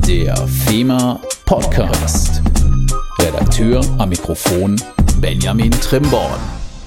Der FEMA Podcast. Redakteur am Mikrofon Benjamin Trimborn.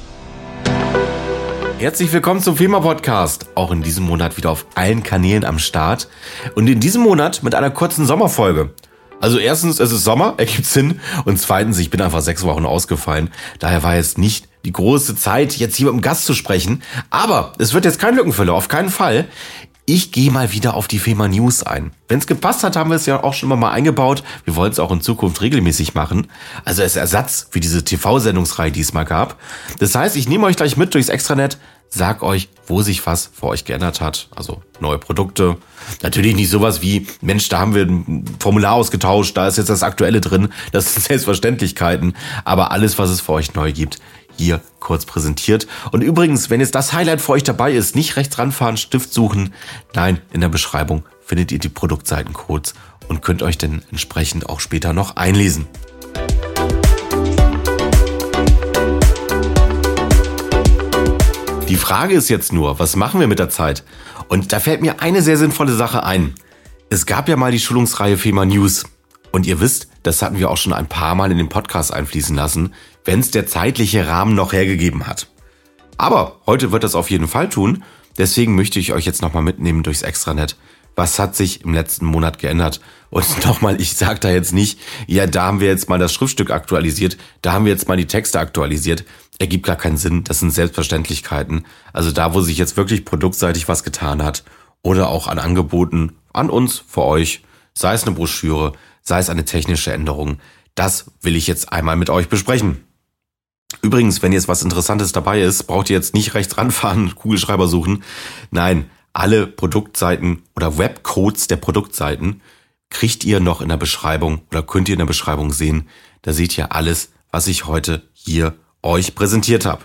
Herzlich willkommen zum FEMA Podcast. Auch in diesem Monat wieder auf allen Kanälen am Start. Und in diesem Monat mit einer kurzen Sommerfolge. Also erstens, es ist Sommer, ergibt Sinn. Und zweitens, ich bin einfach 6 Wochen ausgefallen. Daher war jetzt nicht die große Zeit, jetzt hier mit dem Gast zu sprechen. Aber es wird jetzt kein Lückenfüller, auf keinen Fall. Ich gehe mal wieder auf die FEMA News ein. Wenn es gepasst hat, haben wir es ja auch schon mal eingebaut. Wir wollen es auch in Zukunft regelmäßig machen. Also als Ersatz für diese TV-Sendungsreihe, die es mal gab. Das heißt, ich nehme euch gleich mit durchs Extranet, sag euch, wo sich was für euch geändert hat. Also neue Produkte. Natürlich nicht sowas wie, Mensch, da haben wir ein Formular ausgetauscht, da ist jetzt das Aktuelle drin. Das sind Selbstverständlichkeiten. Aber alles, was es für euch neu gibt, hier kurz präsentiert. Und übrigens, wenn jetzt das Highlight für euch dabei ist, nicht rechts ranfahren, Stift suchen. Nein, in der Beschreibung findet ihr die Produktseitencodes und könnt euch dann entsprechend auch später noch einlesen. Die Frage ist jetzt nur, was machen wir mit der Zeit? Und da fällt mir eine sehr sinnvolle Sache ein. Es gab ja mal die Schulungsreihe FEMA News. Und ihr wisst, das hatten wir auch schon ein paar Mal in den Podcast einfließen lassen, wenn es der zeitliche Rahmen noch hergegeben hat. Aber heute wird das auf jeden Fall tun. Deswegen möchte ich euch jetzt nochmal mitnehmen durchs Extranet. Was hat sich im letzten Monat geändert? Und nochmal, ich sage da jetzt nicht, ja, da haben wir jetzt mal das Schriftstück aktualisiert, da haben wir jetzt mal die Texte aktualisiert. Ergibt gar keinen Sinn, das sind Selbstverständlichkeiten. Also da, wo sich jetzt wirklich produktseitig was getan hat oder auch an Angeboten an uns, für euch, sei es eine Broschüre, sei es eine technische Änderung, das will ich jetzt einmal mit euch besprechen. Übrigens, wenn jetzt was Interessantes dabei ist, braucht ihr jetzt nicht rechts ranfahren, Kugelschreiber suchen. Nein, alle Produktseiten oder Webcodes der Produktseiten kriegt ihr noch in der Beschreibung oder könnt ihr in der Beschreibung sehen. Da seht ihr alles, was ich heute hier euch präsentiert habe.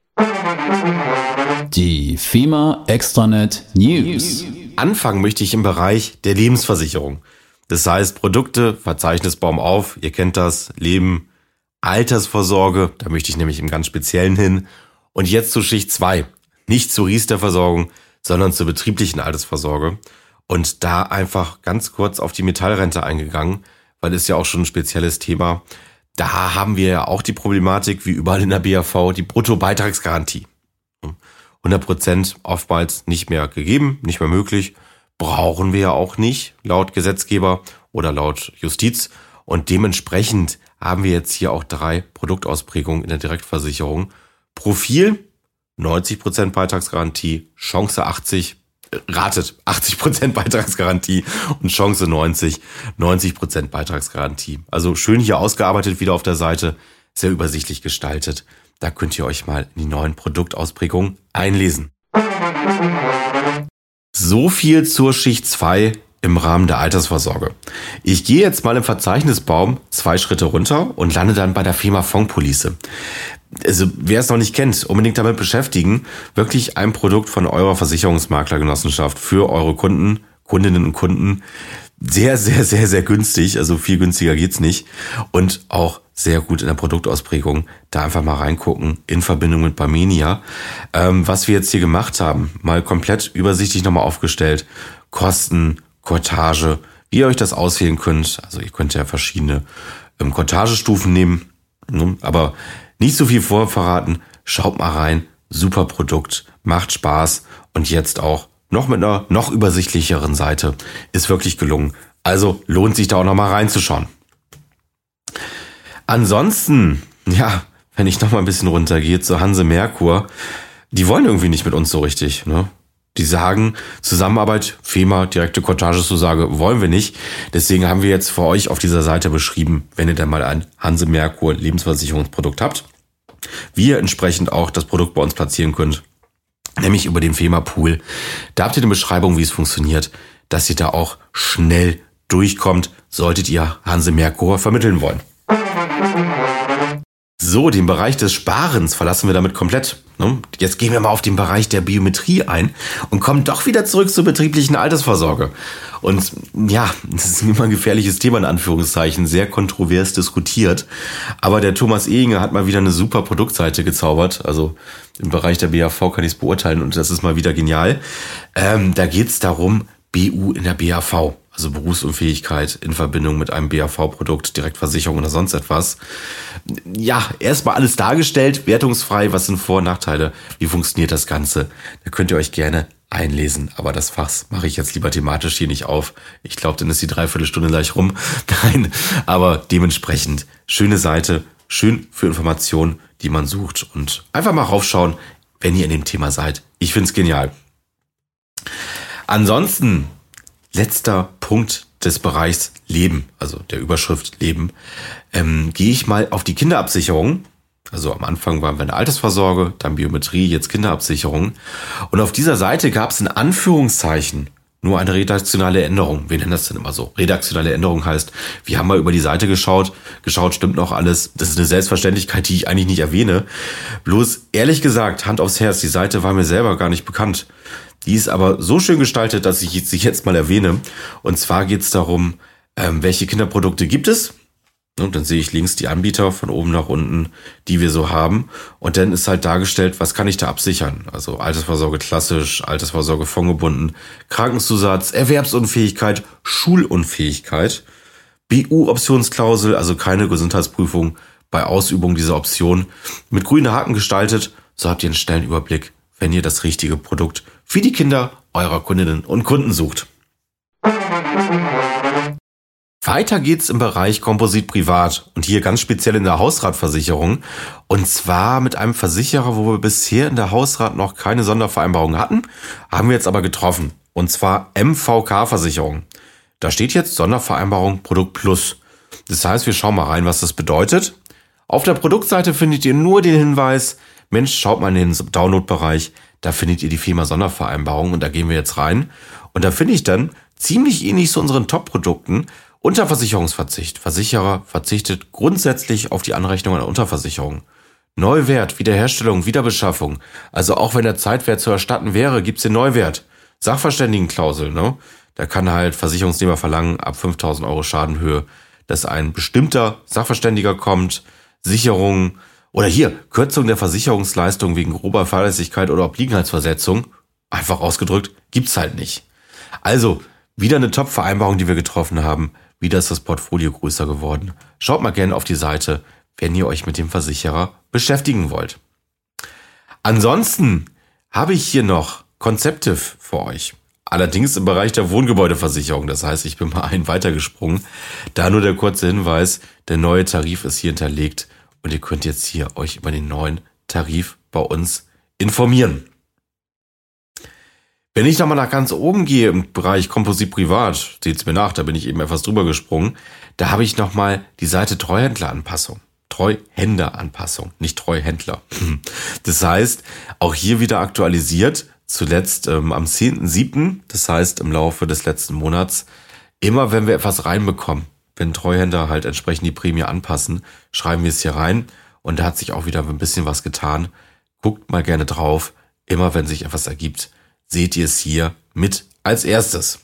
Die FEMA Extranet News. Anfangen möchte ich im Bereich der Lebensversicherung. Das heißt, Produkte, Verzeichnisbaum auf, ihr kennt das, Leben, Altersvorsorge, da möchte ich nämlich im ganz Speziellen hin. Und jetzt zu Schicht 2, nicht zur Riester-Versorgung, sondern zur betrieblichen Altersvorsorge. Und da einfach ganz kurz auf die Metallrente eingegangen, weil es ja auch schon ein spezielles Thema. Da haben wir ja auch die Problematik, wie überall in der BAV, die Bruttobeitragsgarantie. 100% oftmals nicht mehr gegeben, nicht mehr möglich. Brauchen wir ja auch nicht, laut Gesetzgeber oder laut Justiz. Und dementsprechend haben wir jetzt hier auch 3 Produktausprägungen in der Direktversicherung. Profil, 90% Beitragsgarantie, Chance 80, ratet 80% Beitragsgarantie und Chance 90% Beitragsgarantie. Also schön hier ausgearbeitet wieder auf der Seite, sehr übersichtlich gestaltet. Da könnt ihr euch mal in die neuen Produktausprägungen einlesen. So viel zur Schicht 2 im Rahmen der Altersvorsorge. Ich gehe jetzt mal im Verzeichnisbaum 2 Schritte runter und lande dann bei der FEMA Fondpolice. Also wer es noch nicht kennt, unbedingt damit beschäftigen, wirklich ein Produkt von eurer Versicherungsmaklergenossenschaft für eure Kunden, Kundinnen und Kunden. Sehr, sehr, sehr, sehr günstig, also viel günstiger geht's nicht. Und auch sehr gut in der Produktausprägung. Da einfach mal reingucken in Verbindung mit Barmenia. Was wir jetzt hier gemacht haben, mal komplett übersichtlich nochmal aufgestellt. Kosten, Cottage, wie ihr euch das auswählen könnt. Also ihr könnt ja verschiedene Cottagestufen nehmen, aber nicht so viel vorverraten. Schaut mal rein, super Produkt, macht Spaß und jetzt auch noch mit einer noch übersichtlicheren Seite. Ist wirklich gelungen. Also lohnt sich da auch nochmal reinzuschauen. Ansonsten, ja, wenn ich nochmal ein bisschen runtergehe zu Hanse Merkur, die wollen irgendwie nicht mit uns so richtig, ne? Die sagen, Zusammenarbeit, FEMA, direkte Cottagezusage wollen wir nicht. Deswegen haben wir jetzt für euch auf dieser Seite beschrieben, wenn ihr dann mal ein Hanse Merkur Lebensversicherungsprodukt habt, wie ihr entsprechend auch das Produkt bei uns platzieren könnt, nämlich über den FEMA Pool. Da habt ihr eine Beschreibung, wie es funktioniert, dass ihr da auch schnell durchkommt, solltet ihr Hanse Merkur vermitteln wollen. So, den Bereich des Sparens verlassen wir damit komplett. Jetzt gehen wir mal auf den Bereich der Biometrie ein und kommen doch wieder zurück zur betrieblichen Altersvorsorge. Und ja, das ist immer ein gefährliches Thema in Anführungszeichen, sehr kontrovers diskutiert. Aber der Thomas Ehinger hat mal wieder eine super Produktseite gezaubert. Also im Bereich der BAV kann ich es beurteilen und das ist mal wieder genial. Da geht es darum, BU in der BAV. also Berufsunfähigkeit in Verbindung mit einem BAV-Produkt, Direktversicherung oder sonst etwas. Ja, erstmal alles dargestellt, wertungsfrei, was sind Vor- und Nachteile, wie funktioniert das Ganze. Da könnt ihr euch gerne einlesen, aber das Fass mache ich jetzt lieber thematisch hier nicht auf. Ich glaube, dann ist die Dreiviertelstunde gleich rum. Nein, aber dementsprechend schöne Seite, schön für Informationen, die man sucht und einfach mal raufschauen, wenn ihr in dem Thema seid. Ich finde es genial. Ansonsten, letzter Punkt des Bereichs Leben, also der Überschrift Leben, gehe ich mal auf die Kinderabsicherung. Also am Anfang waren wir in der Altersvorsorge, dann Biometrie, jetzt Kinderabsicherung. Und auf dieser Seite gab es in Anführungszeichen nur eine redaktionale Änderung. Wir nennen das denn immer so. Redaktionelle Änderung heißt, wir haben mal über die Seite geschaut, stimmt noch alles. Das ist eine Selbstverständlichkeit, die ich eigentlich nicht erwähne. Bloß ehrlich gesagt, Hand aufs Herz, die Seite war mir selber gar nicht bekannt. Die ist aber so schön gestaltet, dass ich sie jetzt mal erwähne. Und zwar geht es darum, welche Kinderprodukte gibt es. Und dann sehe ich links die Anbieter von oben nach unten, die wir so haben. Und dann ist halt dargestellt, was kann ich da absichern? Also Altersvorsorge klassisch, Altersvorsorge fondgebunden, Krankenzusatz, Erwerbsunfähigkeit, Schulunfähigkeit, BU-Optionsklausel, also keine Gesundheitsprüfung bei Ausübung dieser Option. Mit grünen Haken gestaltet, so habt ihr einen schnellen Überblick, wenn ihr das richtige Produkt für die Kinder eurer Kundinnen und Kunden sucht. Weiter geht's im Bereich Komposit Privat und hier ganz speziell in der Hausratversicherung und zwar mit einem Versicherer, wo wir bisher in der Hausrat noch keine Sondervereinbarung hatten, haben wir jetzt aber getroffen und zwar MVK-Versicherung. Da steht jetzt Sondervereinbarung Produkt Plus. Das heißt, wir schauen mal rein, was das bedeutet. Auf der Produktseite findet ihr nur den Hinweis, Mensch, schaut mal in den Download-Bereich, da findet ihr die FEMA Sondervereinbarung und da gehen wir jetzt rein und da finde ich dann ziemlich ähnlich zu unseren Top-Produkten Unterversicherungsverzicht. Versicherer verzichtet grundsätzlich auf die Anrechnung einer Unterversicherung. Neuwert, Wiederherstellung, Wiederbeschaffung. Also auch wenn der Zeitwert zu erstatten wäre, gibt's den Neuwert. Sachverständigenklausel, ne? Da kann halt Versicherungsnehmer verlangen, ab 5.000 Euro Schadenhöhe, dass ein bestimmter Sachverständiger kommt, Sicherung oder hier, Kürzung der Versicherungsleistung wegen grober Fahrlässigkeit oder Obliegenheitsversetzung. Einfach ausgedrückt, gibt's halt nicht. Also, wieder eine Top-Vereinbarung, die wir getroffen haben. Wieder ist das Portfolio größer geworden. Schaut mal gerne auf die Seite, wenn ihr euch mit dem Versicherer beschäftigen wollt. Ansonsten habe ich hier noch Conceptiv für euch. Allerdings im Bereich der Wohngebäudeversicherung. Das heißt, ich bin mal einen weitergesprungen. Da nur der kurze Hinweis, der neue Tarif ist hier hinterlegt und ihr könnt jetzt hier euch über den neuen Tarif bei uns informieren. Wenn ich nochmal nach ganz oben gehe im Bereich Komposit Privat, seht's mir nach, da bin ich eben etwas drüber gesprungen, da habe ich nochmal die Seite Treuhänderanpassung. Treuhänderanpassung, nicht Treuhändler. Das heißt, auch hier wieder aktualisiert, zuletzt am 10.7., das heißt im Laufe des letzten Monats, immer wenn wir etwas reinbekommen, wenn Treuhänder halt entsprechend die Prämie anpassen, schreiben wir es hier rein und da hat sich auch wieder ein bisschen was getan. Guckt mal gerne drauf, immer wenn sich etwas ergibt, seht ihr es hier mit als erstes.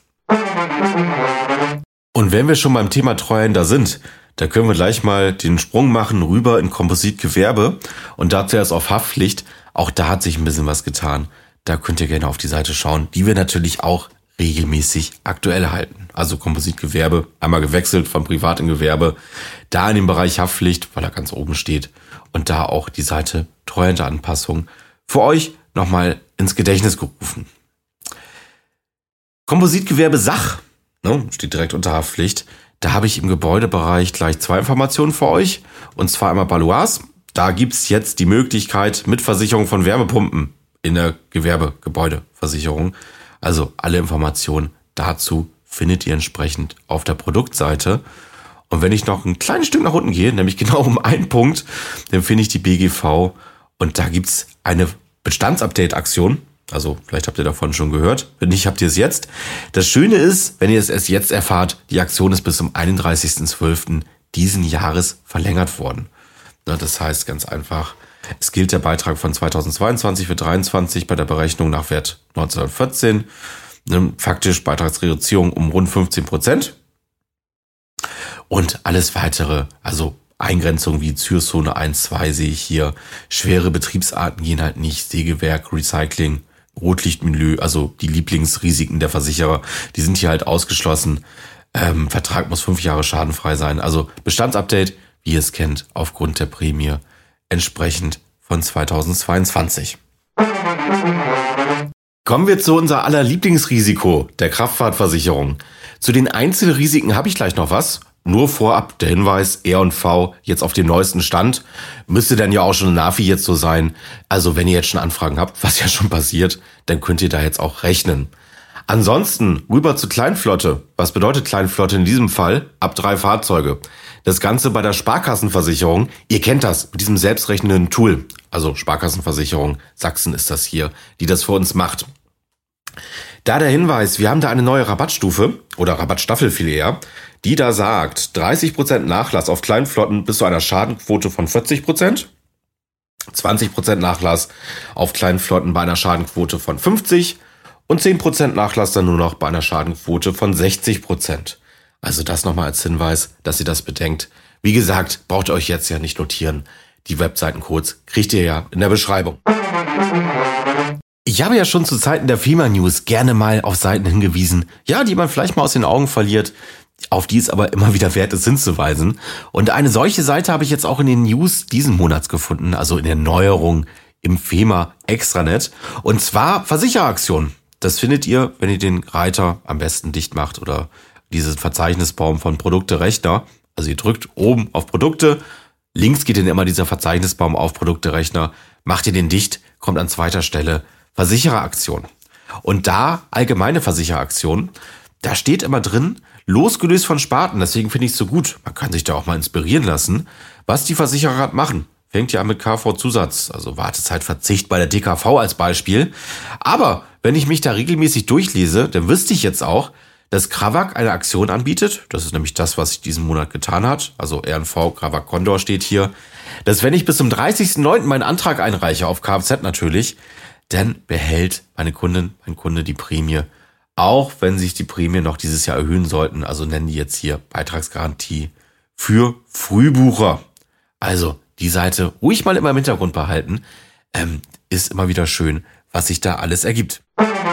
Und wenn wir schon beim Thema Treuhänder sind, da können wir gleich mal den Sprung machen rüber in Kompositgewerbe und dazu erst auf Haftpflicht. Auch da hat sich ein bisschen was getan. Da könnt ihr gerne auf die Seite schauen, die wir natürlich auch regelmäßig aktuell halten. Also Kompositgewerbe, einmal gewechselt von Privat in Gewerbe, da in dem Bereich Haftpflicht, weil er ganz oben steht und da auch die Seite Treuhänderanpassung für euch nochmal ins Gedächtnis gerufen. Kompositgewerbe Sach, ne, steht direkt unter Haftpflicht. Da habe ich im Gebäudebereich gleich 2 Informationen für euch. Und zwar einmal Baloise. Da gibt's jetzt die Möglichkeit mit Versicherung von Wärmepumpen in der Gewerbegebäudeversicherung. Also alle Informationen dazu findet ihr entsprechend auf der Produktseite. Und wenn ich noch ein kleines Stück nach unten gehe, nämlich genau um einen Punkt, dann finde ich die BGV. Und da gibt's eine Bestandsupdate-Aktion. Also vielleicht habt ihr davon schon gehört. Wenn nicht, habt ihr es jetzt. Das Schöne ist, wenn ihr es erst jetzt erfahrt, die Aktion ist bis zum 31.12. diesen Jahres verlängert worden. Das heißt ganz einfach, es gilt der Beitrag von 2022 für 2023 bei der Berechnung nach Wert 1914. Faktisch Beitragsreduzierung um rund 15%. Und alles weitere, also Eingrenzungen wie Zürzone 1, 2 sehe ich hier. Schwere Betriebsarten gehen halt nicht. Sägewerk, Recycling, Rotlichtmenü, also die Lieblingsrisiken der Versicherer, die sind hier halt ausgeschlossen. Vertrag muss 5 Jahre schadenfrei sein. Also Bestandsupdate, wie ihr es kennt, aufgrund der Prämie entsprechend von 2022. Kommen wir zu unser aller Lieblingsrisiko, der Kraftfahrtversicherung. Zu den Einzelrisiken habe ich gleich noch was. Nur vorab der Hinweis, R&V jetzt auf dem neuesten Stand. Müsste dann ja auch schon Navi jetzt so sein. Also wenn ihr jetzt schon Anfragen habt, was ja schon passiert, dann könnt ihr da jetzt auch rechnen. Ansonsten rüber zur Kleinflotte. Was bedeutet Kleinflotte in diesem Fall? Ab 3 Fahrzeuge. Das Ganze bei der Sparkassenversicherung. Ihr kennt das mit diesem selbstrechnenden Tool. Also Sparkassenversicherung Sachsen ist das hier, die das für uns macht. Da der Hinweis, wir haben da eine neue Rabattstufe oder Rabattstaffel viel eher, die da sagt 30% Nachlass auf Kleinflotten bis zu einer Schadenquote von 40%, 20% Nachlass auf Kleinflotten bei einer Schadenquote von 50% und 10% Nachlass dann nur noch bei einer Schadenquote von 60%. Also das nochmal als Hinweis, dass ihr das bedenkt. Wie gesagt, braucht ihr euch jetzt ja nicht notieren. Die Webseitencodes kriegt ihr ja in der Beschreibung. Ich habe ja schon zu Zeiten der FEMA News gerne mal auf Seiten hingewiesen, ja, die man vielleicht mal aus den Augen verliert, auf die es aber immer wieder wert ist hinzuweisen. Und eine solche Seite habe ich jetzt auch in den News diesen Monats gefunden, also in der Neuerung im FEMA Extranet. Und zwar Versichereraktionen. Das findet ihr, wenn ihr den Reiter am besten dicht macht oder diesen Verzeichnisbaum von Produkte-Rechner. Also ihr drückt oben auf Produkte, links geht dann immer dieser Verzeichnisbaum auf Produkte-Rechner, macht ihr den dicht, kommt an zweiter Stelle Versichereraktion. Und da allgemeine Versichereraktion, da steht immer drin, losgelöst von Sparten, deswegen finde ich es so gut. Man kann sich da auch mal inspirieren lassen, was die Versicherer gerade machen. Fängt ja an mit KV-Zusatz, also Wartezeitverzicht bei der DKV als Beispiel. Aber wenn ich mich da regelmäßig durchlese, dann wüsste ich jetzt auch, dass Krawak eine Aktion anbietet. Das ist nämlich das, was sich diesen Monat getan hat. Also R&V, Krawak Condor steht hier. Dass wenn ich bis zum 30.09. meinen Antrag einreiche, auf Kfz natürlich, dann behält meine Kundin, mein Kunde die Prämie. Auch wenn sich die Prämie noch dieses Jahr erhöhen sollten. Also nennen die jetzt hier Beitragsgarantie für Frühbucher. Also die Seite ruhig mal immer im Hintergrund behalten. Ist immer wieder schön, was sich da alles ergibt.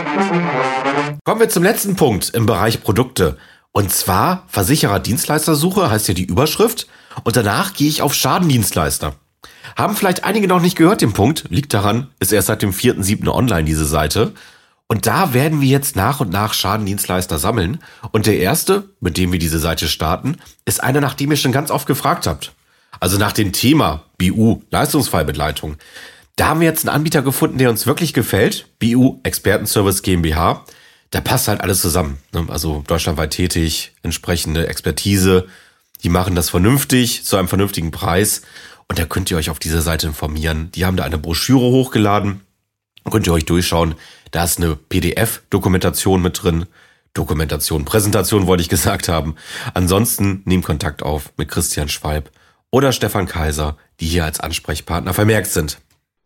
Kommen wir zum letzten Punkt im Bereich Produkte. Und zwar Versicherer-Dienstleistersuche heißt ja die Überschrift. Und danach gehe ich auf Schadendienstleister. Haben vielleicht einige noch nicht gehört, den Punkt. Liegt daran, ist erst seit dem 4.7. online diese Seite. Und da werden wir jetzt nach und nach Schadendienstleister sammeln. Und der erste, mit dem wir diese Seite starten, ist einer, nach dem ihr schon ganz oft gefragt habt. Also nach dem Thema BU, Leistungsfallbegleitung. Da haben wir jetzt einen Anbieter gefunden, der uns wirklich gefällt. BU, Expertenservice GmbH. Da passt halt alles zusammen. Also deutschlandweit tätig, entsprechende Expertise. Die machen das vernünftig, zu einem vernünftigen Preis. Und da könnt ihr euch auf dieser Seite informieren. Die haben da eine Broschüre hochgeladen. Könnt ihr euch durchschauen. Da ist eine PDF-Dokumentation mit drin. Präsentation wollte ich gesagt haben. Ansonsten nehmt Kontakt auf mit Christian Schwalb oder Stefan Kaiser, die hier als Ansprechpartner vermerkt sind.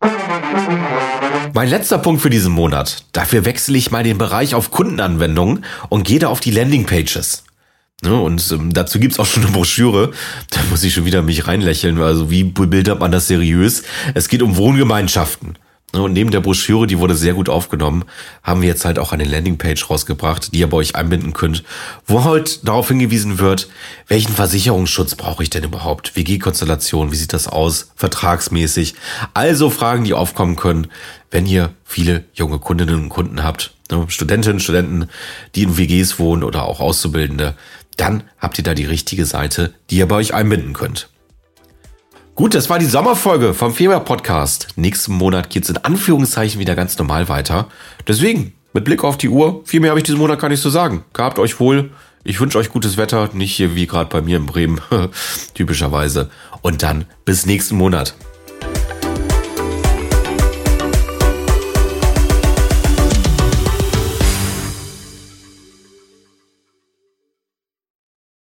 Mein letzter Punkt für diesen Monat. Dafür wechsle ich mal den Bereich auf Kundenanwendungen und gehe da auf die Landingpages. Und dazu gibt's auch schon eine Broschüre. Da muss ich schon wieder mich reinlächeln. Also wie bebildert man das seriös? Es geht um Wohngemeinschaften. Und neben der Broschüre, die wurde sehr gut aufgenommen, haben wir jetzt halt auch eine Landingpage rausgebracht, die ihr bei euch einbinden könnt, wo halt darauf hingewiesen wird, welchen Versicherungsschutz brauche ich denn überhaupt? WG-Konstellation, wie sieht das aus? Vertragsmäßig. Also Fragen, die aufkommen können, wenn ihr viele junge Kundinnen und Kunden habt, Studentinnen, Studenten, die in WGs wohnen oder auch Auszubildende, dann habt ihr da die richtige Seite, die ihr bei euch einbinden könnt. Gut, das war die Sommerfolge vom FEMA-Podcast. Nächsten Monat geht's in Anführungszeichen wieder ganz normal weiter. Deswegen, mit Blick auf die Uhr, viel mehr habe ich diesen Monat gar nicht zu sagen. Gehabt euch wohl. Ich wünsche euch gutes Wetter, nicht hier wie gerade bei mir in Bremen, typischerweise. Und dann bis nächsten Monat.